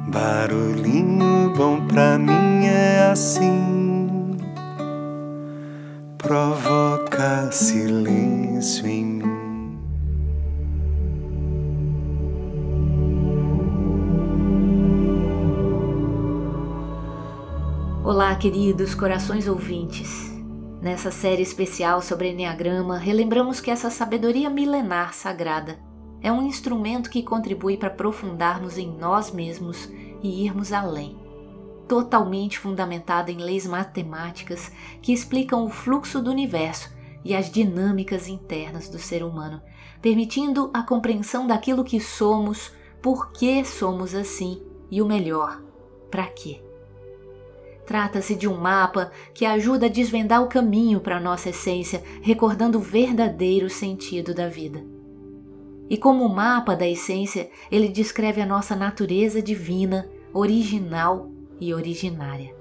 Barulhinho bom pra mim é assim, provoca silêncio em mim. Olá, queridos corações ouvintes. Nessa série especial sobre Eneagrama, relembramos que essa sabedoria milenar sagrada é um instrumento que contribui para aprofundarmos em nós mesmos e irmos além. Totalmente fundamentada em leis matemáticas que explicam o fluxo do universo e as dinâmicas internas do ser humano, permitindo a compreensão daquilo que somos, por que somos assim e o melhor, para quê. Trata-se de um mapa que ajuda a desvendar o caminho para a nossa essência, recordando o verdadeiro sentido da vida. E como mapa da essência, ele descreve a nossa natureza divina, original e originária.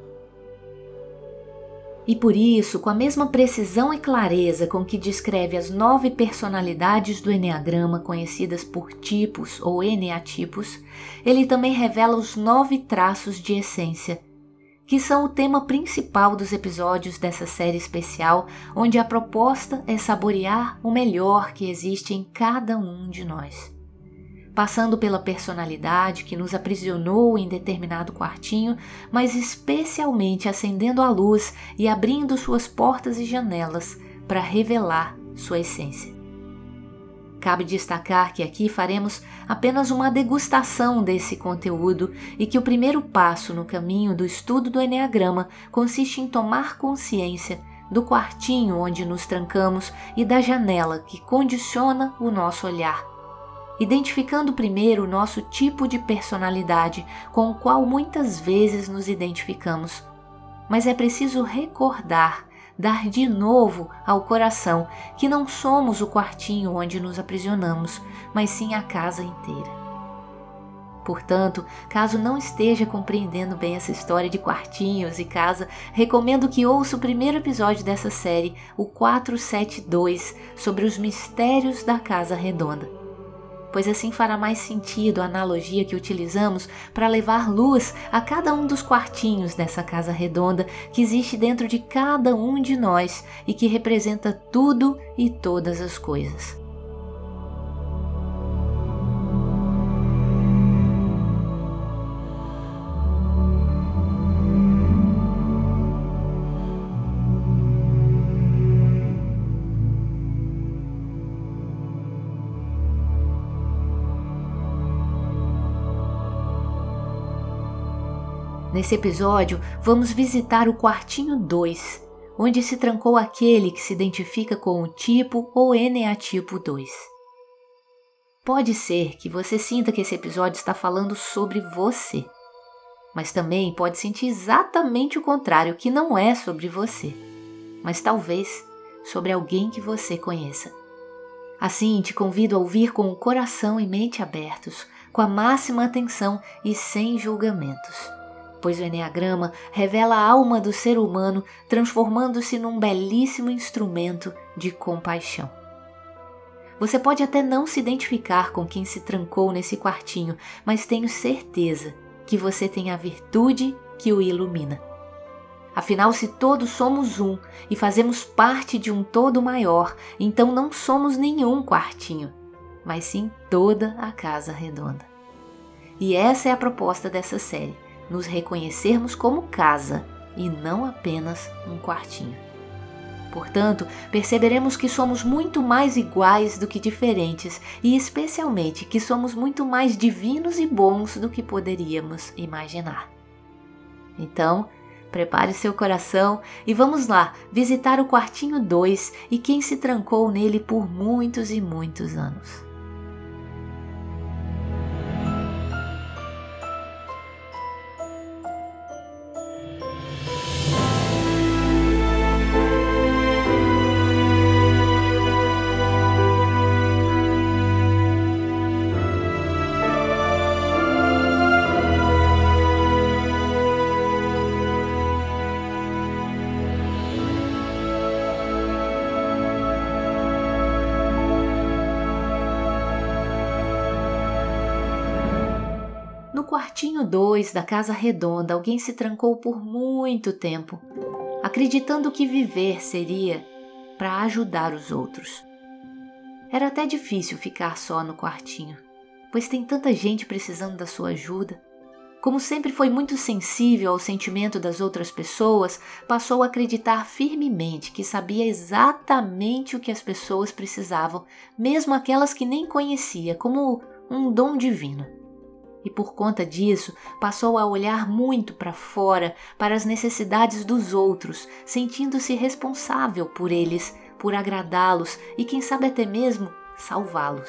E por isso, com a mesma precisão e clareza com que descreve as 9 personalidades do Eneagrama, conhecidas por tipos ou eneatipos, ele também revela os 9 traços de essência, que são o tema principal dos episódios dessa série especial, onde a proposta é saborear o melhor que existe em cada um de nós. Passando pela personalidade que nos aprisionou em determinado quartinho, mas especialmente acendendo a luz e abrindo suas portas e janelas para revelar sua essência. Cabe destacar que aqui faremos apenas uma degustação desse conteúdo e que o primeiro passo no caminho do estudo do Eneagrama consiste em tomar consciência do quartinho onde nos trancamos e da janela que condiciona o nosso olhar, identificando primeiro o nosso tipo de personalidade com o qual muitas vezes nos identificamos. Mas é preciso recordar, dar de novo ao coração que não somos o quartinho onde nos aprisionamos, mas sim a casa inteira. Portanto, caso não esteja compreendendo bem essa história de quartinhos e casa, recomendo que ouça o primeiro episódio dessa série, o 472, sobre os mistérios da Casa Redonda, pois assim fará mais sentido a analogia que utilizamos para levar luz a cada um dos quartinhos dessa casa redonda que existe dentro de cada um de nós e que representa tudo e todas as coisas. Nesse episódio, vamos visitar o quartinho 2, onde se trancou aquele que se identifica com o tipo ou eneatipo 2. Pode ser que você sinta que esse episódio está falando sobre você, mas também pode sentir exatamente o contrário, que não é sobre você, mas talvez sobre alguém que você conheça. Assim, te convido a ouvir com o coração e mente abertos, com a máxima atenção e sem julgamentos, pois o Eneagrama revela a alma do ser humano transformando-se num belíssimo instrumento de compaixão. Você pode até não se identificar com quem se trancou nesse quartinho, mas tenho certeza que você tem a virtude que o ilumina. Afinal, se todos somos um e fazemos parte de um todo maior, então não somos nenhum quartinho, mas sim toda a casa redonda. E essa é a proposta dessa série, nos reconhecermos como casa e não apenas um quartinho. Portanto, perceberemos que somos muito mais iguais do que diferentes e especialmente que somos muito mais divinos e bons do que poderíamos imaginar. Então, prepare seu coração e vamos lá visitar o quartinho 2 e quem se trancou nele por muitos e muitos anos. quartinho 2 da casa redonda, alguém se trancou por muito tempo, acreditando que viver seria para ajudar os outros. Era até difícil ficar só no quartinho, pois tem tanta gente precisando da sua ajuda. Como sempre foi muito sensível ao sentimento das outras pessoas, passou a acreditar firmemente que sabia exatamente o que as pessoas precisavam, mesmo aquelas que nem conhecia, como um dom divino. E por conta disso, passou a olhar muito para fora, para as necessidades dos outros, sentindo-se responsável por eles, por agradá-los e quem sabe até mesmo salvá-los.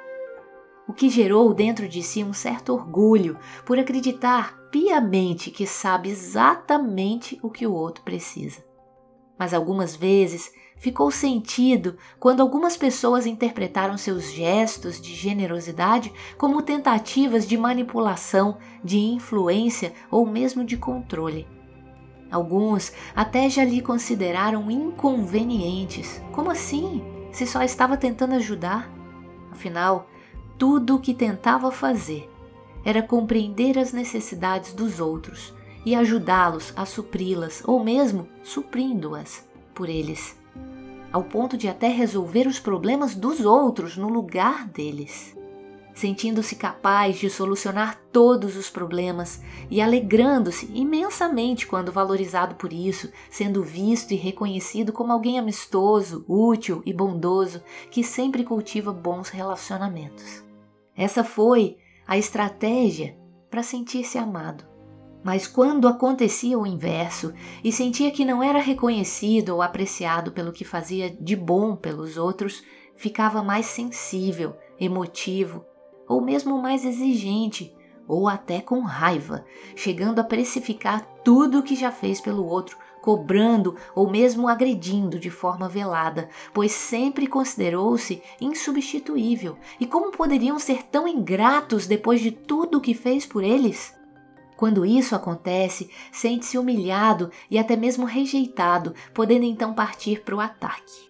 O que gerou dentro de si um certo orgulho por acreditar piamente que sabe exatamente o que o outro precisa. Mas algumas vezes ficou sentido quando algumas pessoas interpretaram seus gestos de generosidade como tentativas de manipulação, de influência ou mesmo de controle. Alguns até já lhe consideraram inconvenientes. Como assim? Se só estava tentando ajudar? Afinal, tudo o que tentava fazer era compreender as necessidades dos outros e ajudá-los a supri-las ou mesmo suprindo-as por eles, ao ponto de até resolver os problemas dos outros no lugar deles, sentindo-se capaz de solucionar todos os problemas e alegrando-se imensamente quando valorizado por isso, sendo visto e reconhecido como alguém amistoso, útil e bondoso que sempre cultiva bons relacionamentos. Essa foi a estratégia para sentir-se amado. Mas quando acontecia o inverso e sentia que não era reconhecido ou apreciado pelo que fazia de bom pelos outros, ficava mais sensível, emotivo ou mesmo mais exigente ou até com raiva, chegando a precificar tudo o que já fez pelo outro, cobrando ou mesmo agredindo de forma velada, pois sempre considerou-se insubstituível. E como poderiam ser tão ingratos depois de tudo o que fez por eles? Quando isso acontece, sente-se humilhado e até mesmo rejeitado, podendo então partir para o ataque.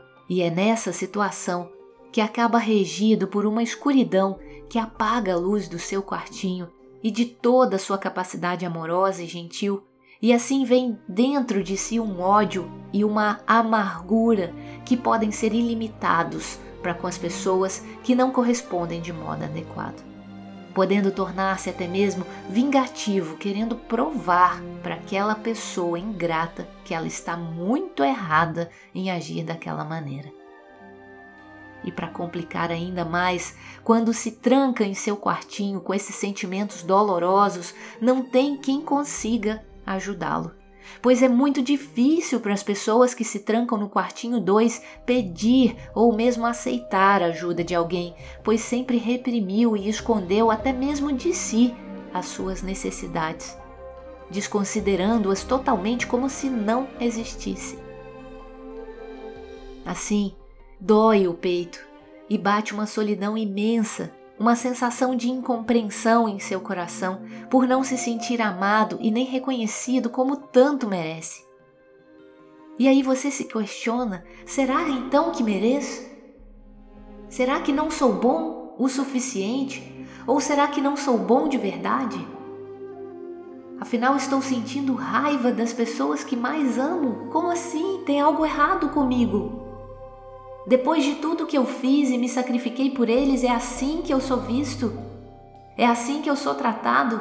E é nessa situação que acaba regido por uma escuridão que apaga a luz do seu quartinho e de toda a sua capacidade amorosa e gentil, e assim vem dentro de si um ódio e uma amargura que podem ser ilimitados para com as pessoas que não correspondem de modo adequado, podendo tornar-se até mesmo vingativo, querendo provar para aquela pessoa ingrata que ela está muito errada em agir daquela maneira. E para complicar ainda mais, quando se tranca em seu quartinho com esses sentimentos dolorosos, não tem quem consiga ajudá-lo. Pois é muito difícil para as pessoas que se trancam no quartinho 2 pedir ou mesmo aceitar a ajuda de alguém, pois sempre reprimiu e escondeu até mesmo de si as suas necessidades, desconsiderando-as totalmente como se não existissem. Assim, dói o peito e bate uma solidão imensa, uma sensação de incompreensão em seu coração por não se sentir amado e nem reconhecido como tanto merece. E aí você se questiona, será então que mereço? Será que não sou bom o suficiente? Ou será que não sou bom de verdade? Afinal, estou sentindo raiva das pessoas que mais amo. Como assim? Tem algo errado comigo? Depois de tudo que eu fiz e me sacrifiquei por eles, é assim que eu sou visto? É assim que eu sou tratado?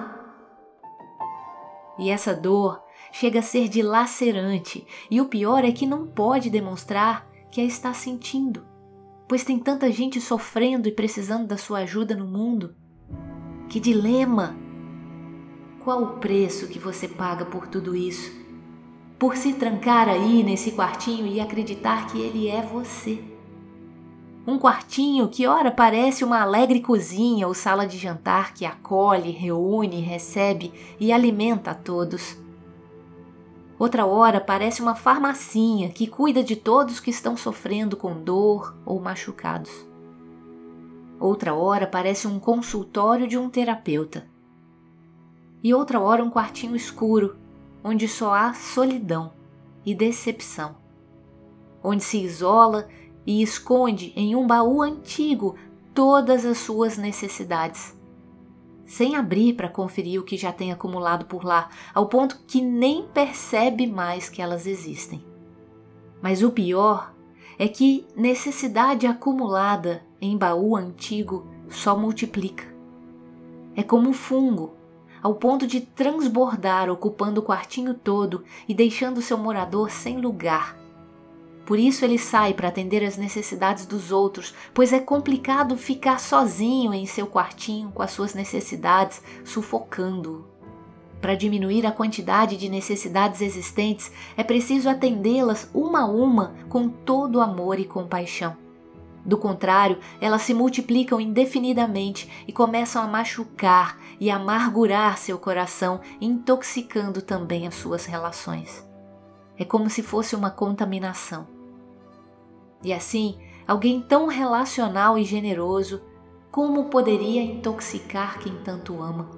E essa dor chega a ser dilacerante, e o pior é que não pode demonstrar que a está sentindo, pois tem tanta gente sofrendo e precisando da sua ajuda no mundo. Que dilema! Qual o preço que você paga por tudo isso? Por se trancar aí nesse quartinho e acreditar que ele é você. Um quartinho que ora parece uma alegre cozinha ou sala de jantar que acolhe, reúne, recebe e alimenta a todos. Outra hora parece uma farmacinha que cuida de todos que estão sofrendo com dor ou machucados. Outra hora parece um consultório de um terapeuta. E outra hora um quartinho escuro, onde só há solidão e decepção, onde se isola e esconde em um baú antigo todas as suas necessidades, sem abrir para conferir o que já tem acumulado por lá, ao ponto que nem percebe mais que elas existem. Mas o pior é que necessidade acumulada em baú antigo só multiplica. É como um fungo, ao ponto de transbordar, ocupando o quartinho todo e deixando seu morador sem lugar. Por isso ele sai para atender às necessidades dos outros, pois é complicado ficar sozinho em seu quartinho com as suas necessidades, sufocando-o. Para diminuir a quantidade de necessidades existentes, é preciso atendê-las uma a uma com todo amor e compaixão. Do contrário, elas se multiplicam indefinidamente e começam a machucar e amargurar seu coração, intoxicando também as suas relações. É como se fosse uma contaminação. E assim, alguém tão relacional e generoso, como poderia intoxicar quem tanto ama?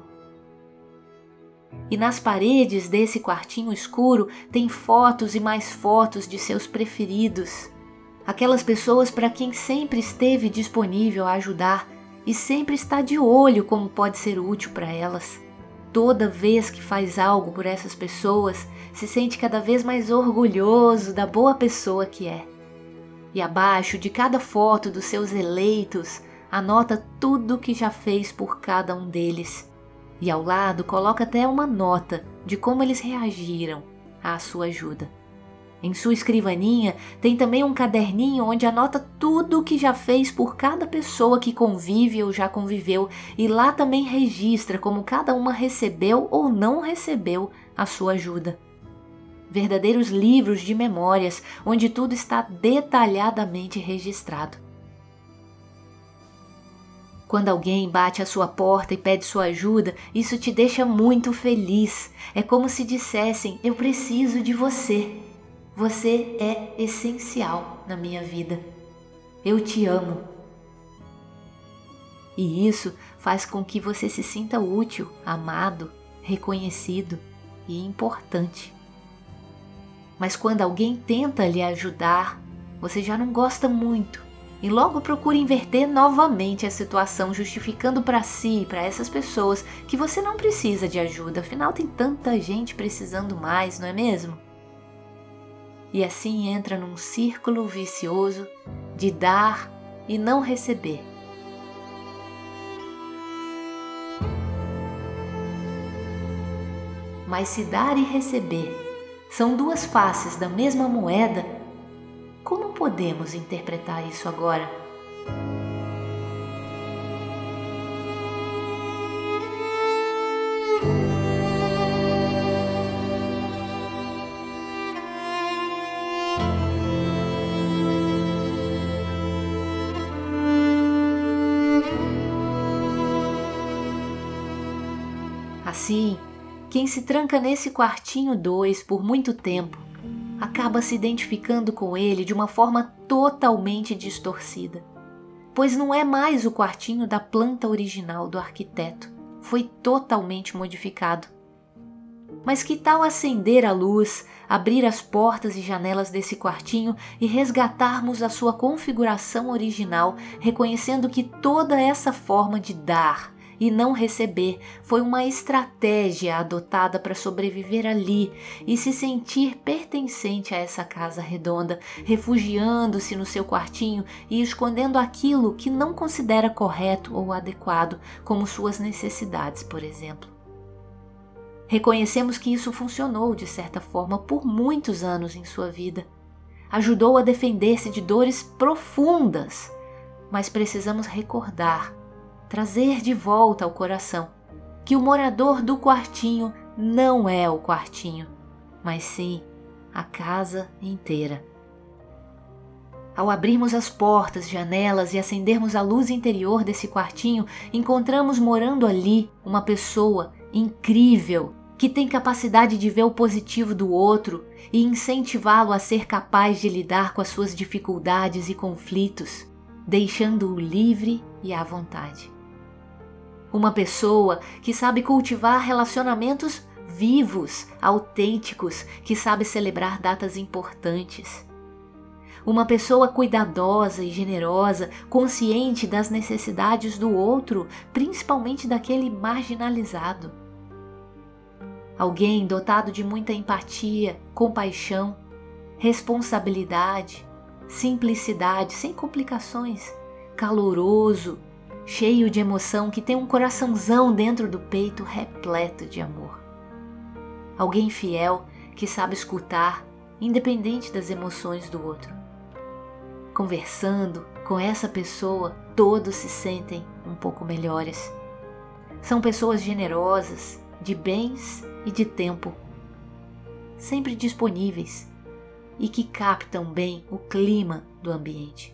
E nas paredes desse quartinho escuro tem fotos e mais fotos de seus preferidos, aquelas pessoas para quem sempre esteve disponível a ajudar e sempre está de olho como pode ser útil para elas. Toda vez que faz algo por essas pessoas, se sente cada vez mais orgulhoso da boa pessoa que é. E abaixo de cada foto dos seus eleitos, anota tudo o que já fez por cada um deles. E ao lado coloca até uma nota de como eles reagiram à sua ajuda. Em sua escrivaninha tem também um caderninho onde anota tudo o que já fez por cada pessoa que convive ou já conviveu, e lá também registra como cada uma recebeu ou não recebeu a sua ajuda. Verdadeiros livros de memórias, onde tudo está detalhadamente registrado. Quando alguém bate à sua porta e pede sua ajuda, isso te deixa muito feliz. É como se dissessem: eu preciso de você. Você é essencial na minha vida. Eu te amo. E isso faz com que você se sinta útil, amado, reconhecido e importante. Mas quando alguém tenta lhe ajudar, você já não gosta muito e logo procura inverter novamente a situação, justificando para si e para essas pessoas que você não precisa de ajuda, afinal tem tanta gente precisando mais, não é mesmo? E assim entra num círculo vicioso de dar e não receber. Mas se dar e receber são duas faces da mesma moeda, como podemos interpretar isso agora? Assim, quem se tranca nesse quartinho 2 por muito tempo, acaba se identificando com ele de uma forma totalmente distorcida, pois não é mais o quartinho da planta original do arquiteto, foi totalmente modificado. Mas que tal acender a luz, abrir as portas e janelas desse quartinho e resgatarmos a sua configuração original, reconhecendo que toda essa forma de dar e não receber foi uma estratégia adotada para sobreviver ali e se sentir pertencente a essa casa redonda, refugiando-se no seu quartinho e escondendo aquilo que não considera correto ou adequado, como suas necessidades, por exemplo. Reconhecemos que isso funcionou, de certa forma, por muitos anos em sua vida. Ajudou a defender-se de dores profundas, mas precisamos recordar, trazer de volta ao coração, que o morador do quartinho não é o quartinho, mas sim a casa inteira. Ao abrirmos as portas, janelas e acendermos a luz interior desse quartinho, encontramos morando ali uma pessoa incrível, que tem capacidade de ver o positivo do outro e incentivá-lo a ser capaz de lidar com as suas dificuldades e conflitos, deixando-o livre e à vontade. Uma pessoa que sabe cultivar relacionamentos vivos, autênticos, que sabe celebrar datas importantes. Uma pessoa cuidadosa e generosa, consciente das necessidades do outro, principalmente daquele marginalizado. Alguém dotado de muita empatia, compaixão, responsabilidade, simplicidade, sem complicações, caloroso, cheio de emoção, que tem um coraçãozão dentro do peito repleto de amor. Alguém fiel que sabe escutar, independente das emoções do outro. Conversando com essa pessoa, todos se sentem um pouco melhores. São pessoas generosas, de bens e de tempo, sempre disponíveis e que captam bem o clima do ambiente.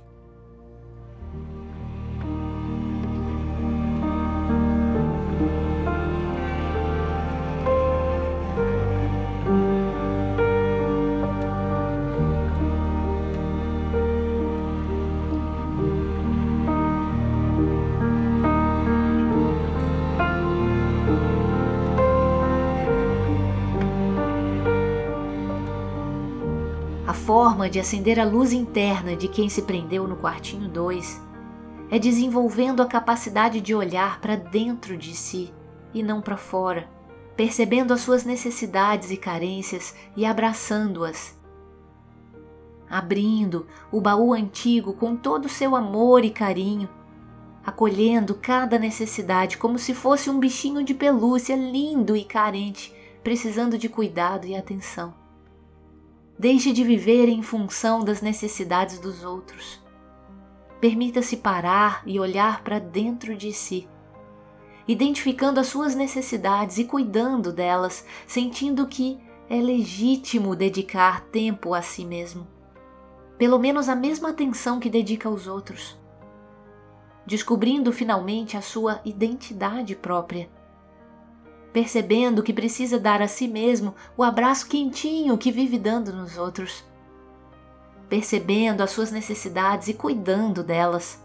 A forma de acender a luz interna de quem se prendeu no quartinho 2 é desenvolvendo a capacidade de olhar para dentro de si e não para fora, percebendo as suas necessidades e carências e abraçando-as. Abrindo o baú antigo com todo o seu amor e carinho, acolhendo cada necessidade como se fosse um bichinho de pelúcia lindo e carente, precisando de cuidado e atenção. Deixe de viver em função das necessidades dos outros. Permita-se parar e olhar para dentro de si, identificando as suas necessidades e cuidando delas, sentindo que é legítimo dedicar tempo a si mesmo, pelo menos a mesma atenção que dedica aos outros, descobrindo finalmente a sua identidade própria, percebendo que precisa dar a si mesmo o abraço quentinho que vive dando nos outros, percebendo as suas necessidades e cuidando delas,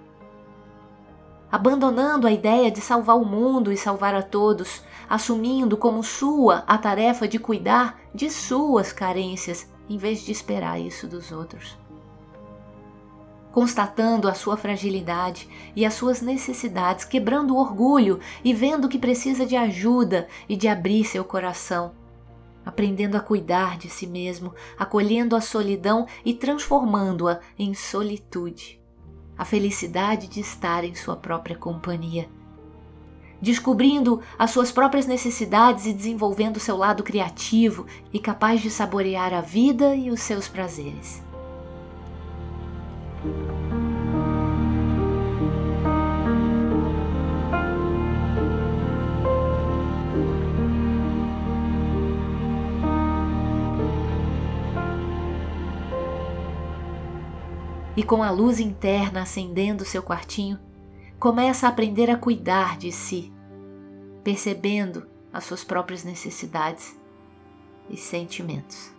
abandonando a ideia de salvar o mundo e salvar a todos, assumindo como sua a tarefa de cuidar de suas carências, em vez de esperar isso dos outros. Constatando a sua fragilidade e as suas necessidades, quebrando o orgulho e vendo que precisa de ajuda e de abrir seu coração, aprendendo a cuidar de si mesmo, acolhendo a solidão e transformando-a em solitude, a felicidade de estar em sua própria companhia, descobrindo as suas próprias necessidades e desenvolvendo seu lado criativo e capaz de saborear a vida e os seus prazeres. E com a luz interna acendendo seu quartinho, começa a aprender a cuidar de si, percebendo as suas próprias necessidades e sentimentos.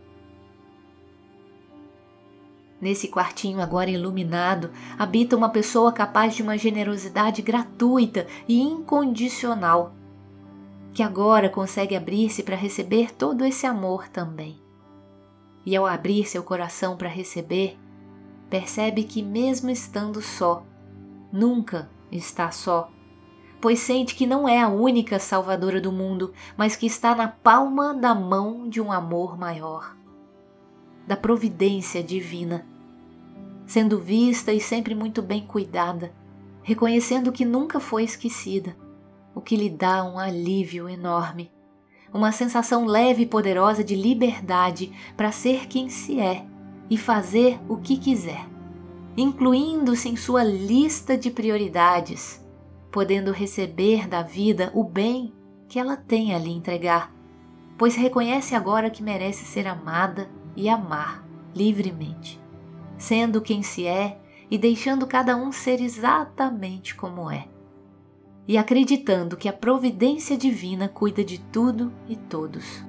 Nesse quartinho agora iluminado, habita uma pessoa capaz de uma generosidade gratuita e incondicional, que agora consegue abrir-se para receber todo esse amor também. E ao abrir seu coração para receber, percebe que mesmo estando só, nunca está só, pois sente que não é a única salvadora do mundo, mas que está na palma da mão de um amor maior, da providência divina, sendo vista e sempre muito bem cuidada, reconhecendo que nunca foi esquecida, o que lhe dá um alívio enorme, uma sensação leve e poderosa de liberdade para ser quem se é e fazer o que quiser, incluindo-se em sua lista de prioridades, podendo receber da vida o bem que ela tem a lhe entregar, pois reconhece agora que merece ser amada e amar livremente, sendo quem se é e deixando cada um ser exatamente como é, e acreditando que a providência divina cuida de tudo e todos.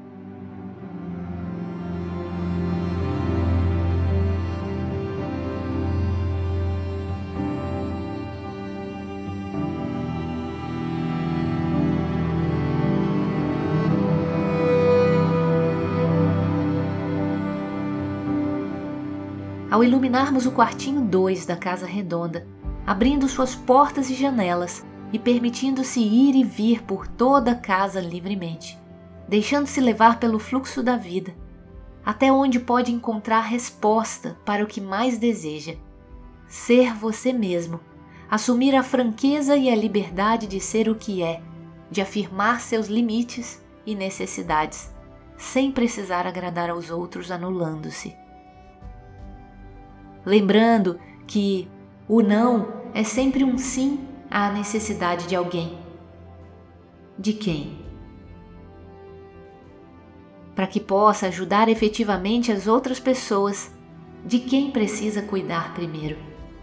Ao iluminarmos o quartinho 2 da casa redonda, abrindo suas portas e janelas e permitindo-se ir e vir por toda a casa livremente, deixando-se levar pelo fluxo da vida, até onde pode encontrar resposta para o que mais deseja. Ser você mesmo, assumir a franqueza e a liberdade de ser o que é, de afirmar seus limites e necessidades, sem precisar agradar aos outros anulando-se. Lembrando que o não é sempre um sim à necessidade de alguém. De quem? Para que possa ajudar efetivamente as outras pessoas, de quem precisa cuidar primeiro.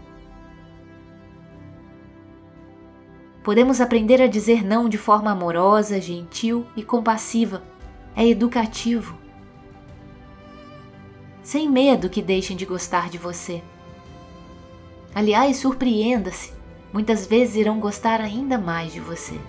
Podemos aprender a dizer não de forma amorosa, gentil e compassiva. É educativo. Sem medo que deixem de gostar de você. Aliás, surpreenda-se. Muitas vezes irão gostar ainda mais de você.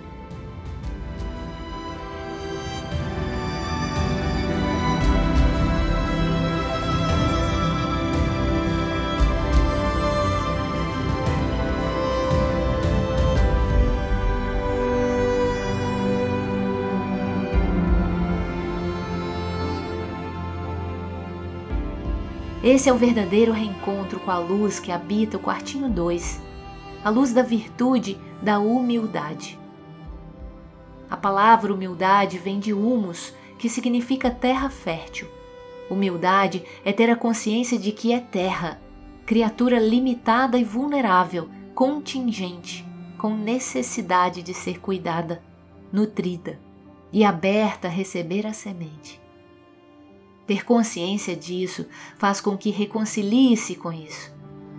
Esse é o verdadeiro reencontro com a luz que habita o quartinho 2, a luz da virtude da humildade. A palavra humildade vem de humus, que significa terra fértil. Humildade é ter a consciência de que é terra, criatura limitada e vulnerável, contingente, com necessidade de ser cuidada, nutrida e aberta a receber a semente. Ter consciência disso faz com que reconcilie-se com isso.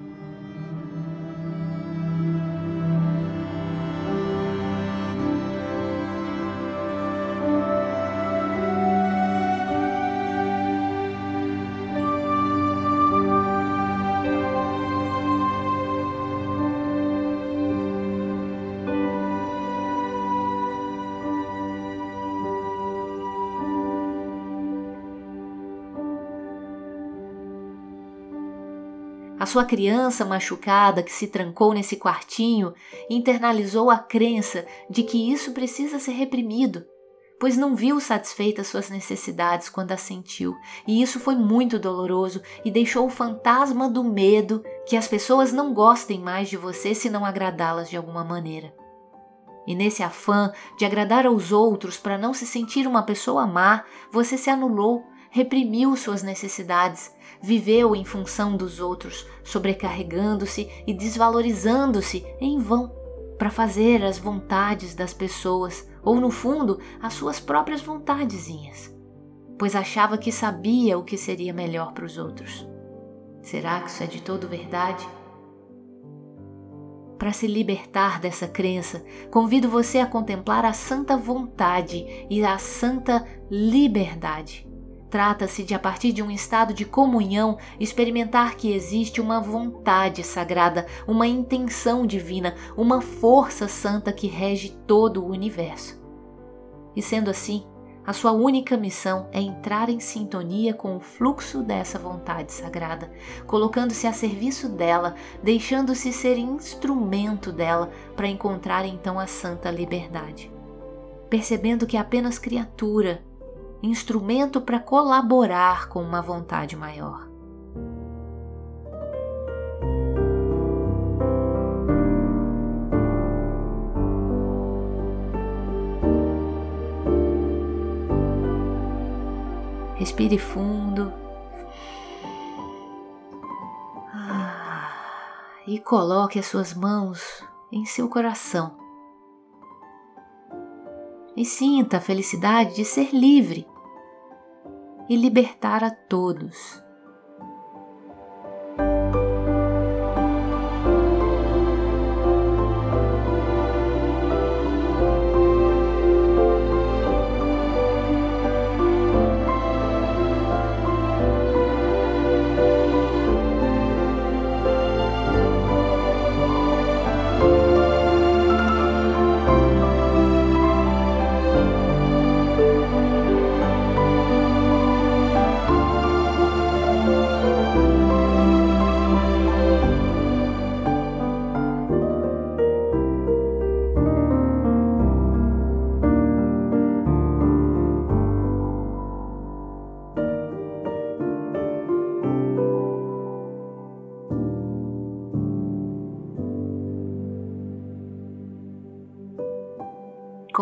A sua criança machucada que se trancou nesse quartinho internalizou a crença de que isso precisa ser reprimido, pois não viu satisfeitas suas necessidades quando as sentiu, e isso foi muito doloroso e deixou o fantasma do medo que as pessoas não gostem mais de você se não agradá-las de alguma maneira. E nesse afã de agradar aos outros para não se sentir uma pessoa má, você se anulou, reprimiu suas necessidades, viveu em função dos outros, sobrecarregando-se e desvalorizando-se em vão para fazer as vontades das pessoas ou, no fundo, as suas próprias vontadezinhas, pois achava que sabia o que seria melhor para os outros. Será que isso é de todo verdade? Para se libertar dessa crença, convido você a contemplar a santa vontade e a santa liberdade. Trata-se de, a partir de um estado de comunhão, experimentar que existe uma vontade sagrada, uma intenção divina, uma força santa que rege todo o universo. E sendo assim, a sua única missão é entrar em sintonia com o fluxo dessa vontade sagrada, colocando-se a serviço dela, deixando-se ser instrumento dela para encontrar então a santa liberdade. Percebendo que é apenas criatura, instrumento para colaborar com uma vontade maior. Respire fundo e coloque as suas mãos em seu coração. E sinta a felicidade de ser livre e libertar a todos.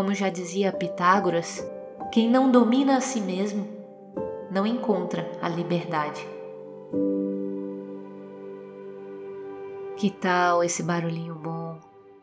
como já dizia Pitágoras, quem não domina a si mesmo não encontra a liberdade. Que tal esse barulhinho bom?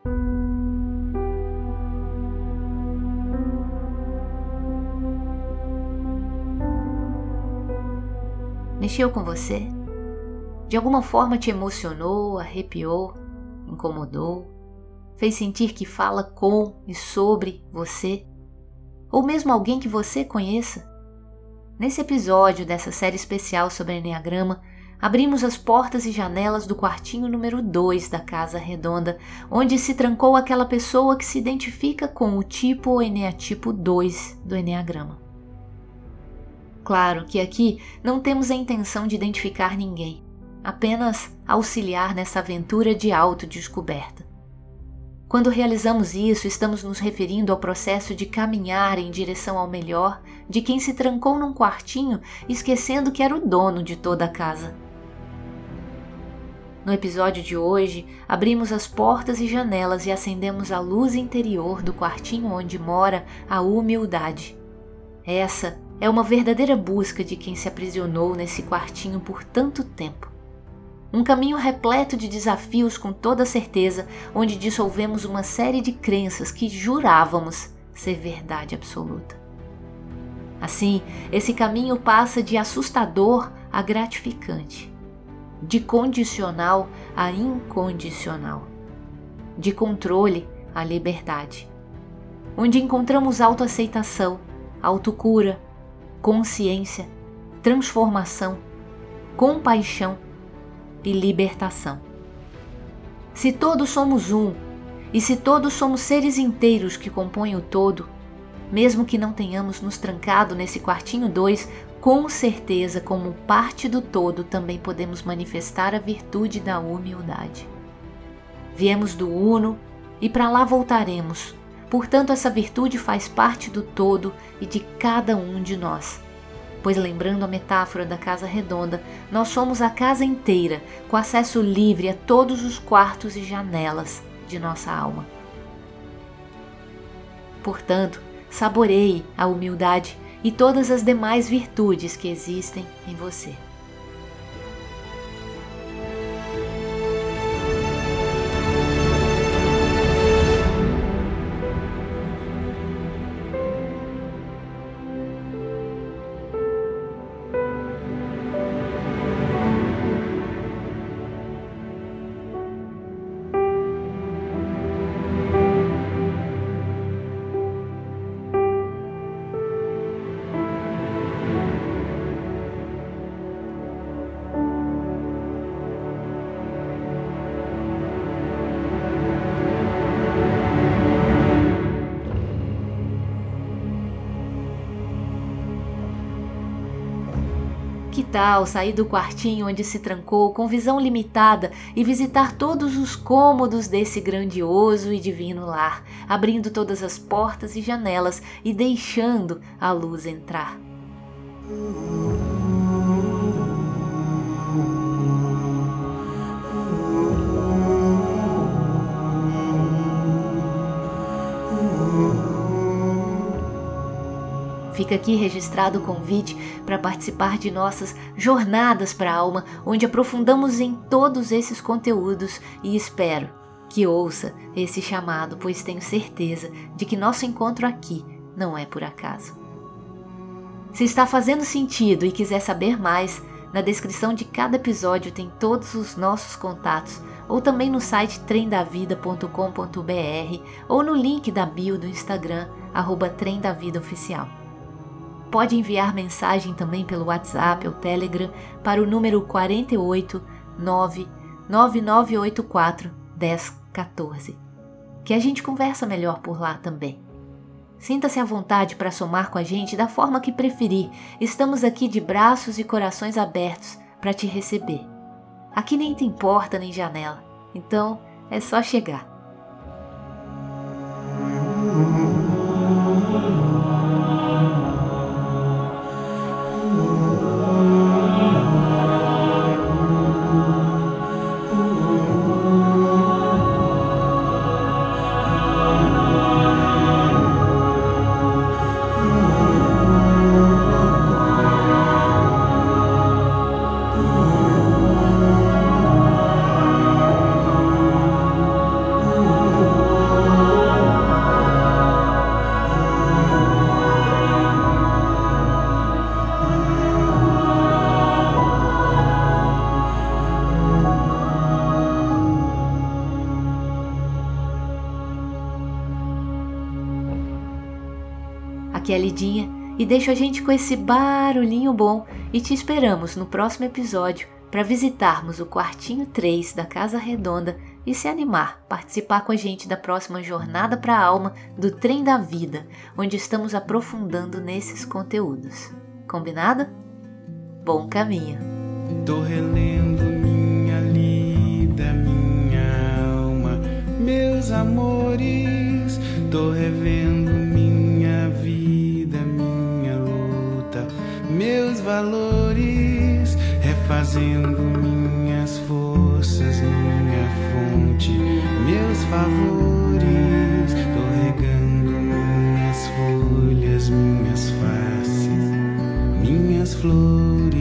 Mexeu com você? De alguma forma te emocionou, arrepiou, incomodou? Fez sentir que fala com e sobre você? Ou mesmo alguém que você conheça? Nesse episódio dessa série especial sobre Eneagrama, abrimos as portas e janelas do quartinho número 2 da Casa Redonda, onde se trancou aquela pessoa que se identifica com o tipo ou eneatipo 2 do Eneagrama. Claro que aqui não temos a intenção de identificar ninguém, apenas auxiliar nessa aventura de autodescoberta. Quando realizamos isso, estamos nos referindo ao processo de caminhar em direção ao melhor de quem se trancou num quartinho, esquecendo que era o dono de toda a casa. No episódio de hoje, abrimos as portas e janelas e acendemos a luz interior do quartinho onde mora a humildade. Essa é uma verdadeira busca de quem se aprisionou nesse quartinho por tanto tempo. Um caminho repleto de desafios com toda certeza, onde dissolvemos uma série de crenças que jurávamos ser verdade absoluta. Assim, esse caminho passa de assustador a gratificante, de condicional a incondicional, de controle a liberdade, onde encontramos autoaceitação, autocura, consciência, transformação, compaixão e libertação. Se todos somos um, e se todos somos seres inteiros que compõem o todo, mesmo que não tenhamos nos trancado nesse quartinho 2, com certeza, como parte do todo, também podemos manifestar a virtude da humildade. Viemos do Uno e para lá voltaremos. Portanto, essa virtude faz parte do todo e de cada um de nós. Pois, lembrando a metáfora da Casa Redonda, nós somos a casa inteira, com acesso livre a todos os quartos e janelas de nossa alma. Portanto, saboreie a humildade e todas as demais virtudes que existem em você. Que tal sair do quartinho onde se trancou com visão limitada e visitar todos os cômodos desse grandioso e divino lar, abrindo todas as portas e janelas e deixando a luz entrar? Fica aqui registrado o convite para participar de nossas Jornadas para a Alma, onde aprofundamos em todos esses conteúdos e espero que ouça esse chamado, pois tenho certeza de que nosso encontro aqui não é por acaso. Se está fazendo sentido e quiser saber mais, na descrição de cada episódio tem todos os nossos contatos, ou também no site tremdavida.com.br ou no link da bio do Instagram, @tremdavidaoficial. Pode enviar mensagem também pelo WhatsApp ou Telegram para o número 48 99984 1014, que a gente conversa melhor por lá também. Sinta-se à vontade para somar com a gente da forma que preferir. Estamos aqui de braços e corações abertos para te receber. Aqui nem tem porta nem janela, então é só chegar. Aqui é a Lidinha e deixo a gente com esse barulhinho bom e te esperamos no próximo episódio para visitarmos o quartinho 3 da Casa Redonda e se animar, participar com a gente da próxima Jornada para a Alma do Trem da Vida, onde estamos aprofundando nesses conteúdos. Combinado? Bom caminho! Tô relendo minha lida, minha alma, meus amores. Tô revendo minha vida, minha luta, meus valores. Refazendo minhas forças, minha fonte, meus favores. Tô regando minhas folhas, minhas faces, minhas flores.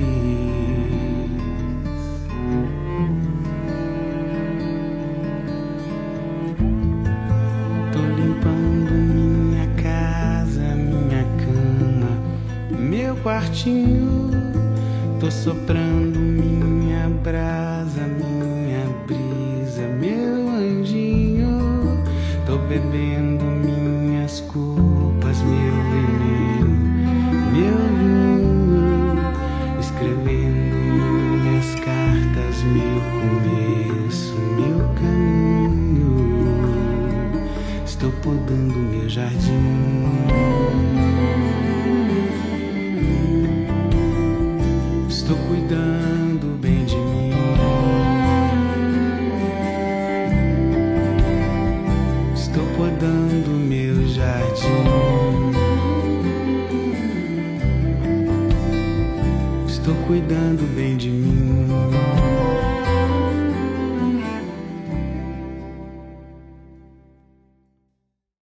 Tô limpando minha casa, minha cama, meu quartinho. Tô soprando minha brasa, minha brisa, meu anjinho. Tô bebendo minhas culpas, meu veneno, meu vinho. Escrevendo minhas cartas, meu começo, meu caminho. Estou podando meu jardim. Estou cuidando bem de mim. Estou podando meu jardim. Estou cuidando bem de mim.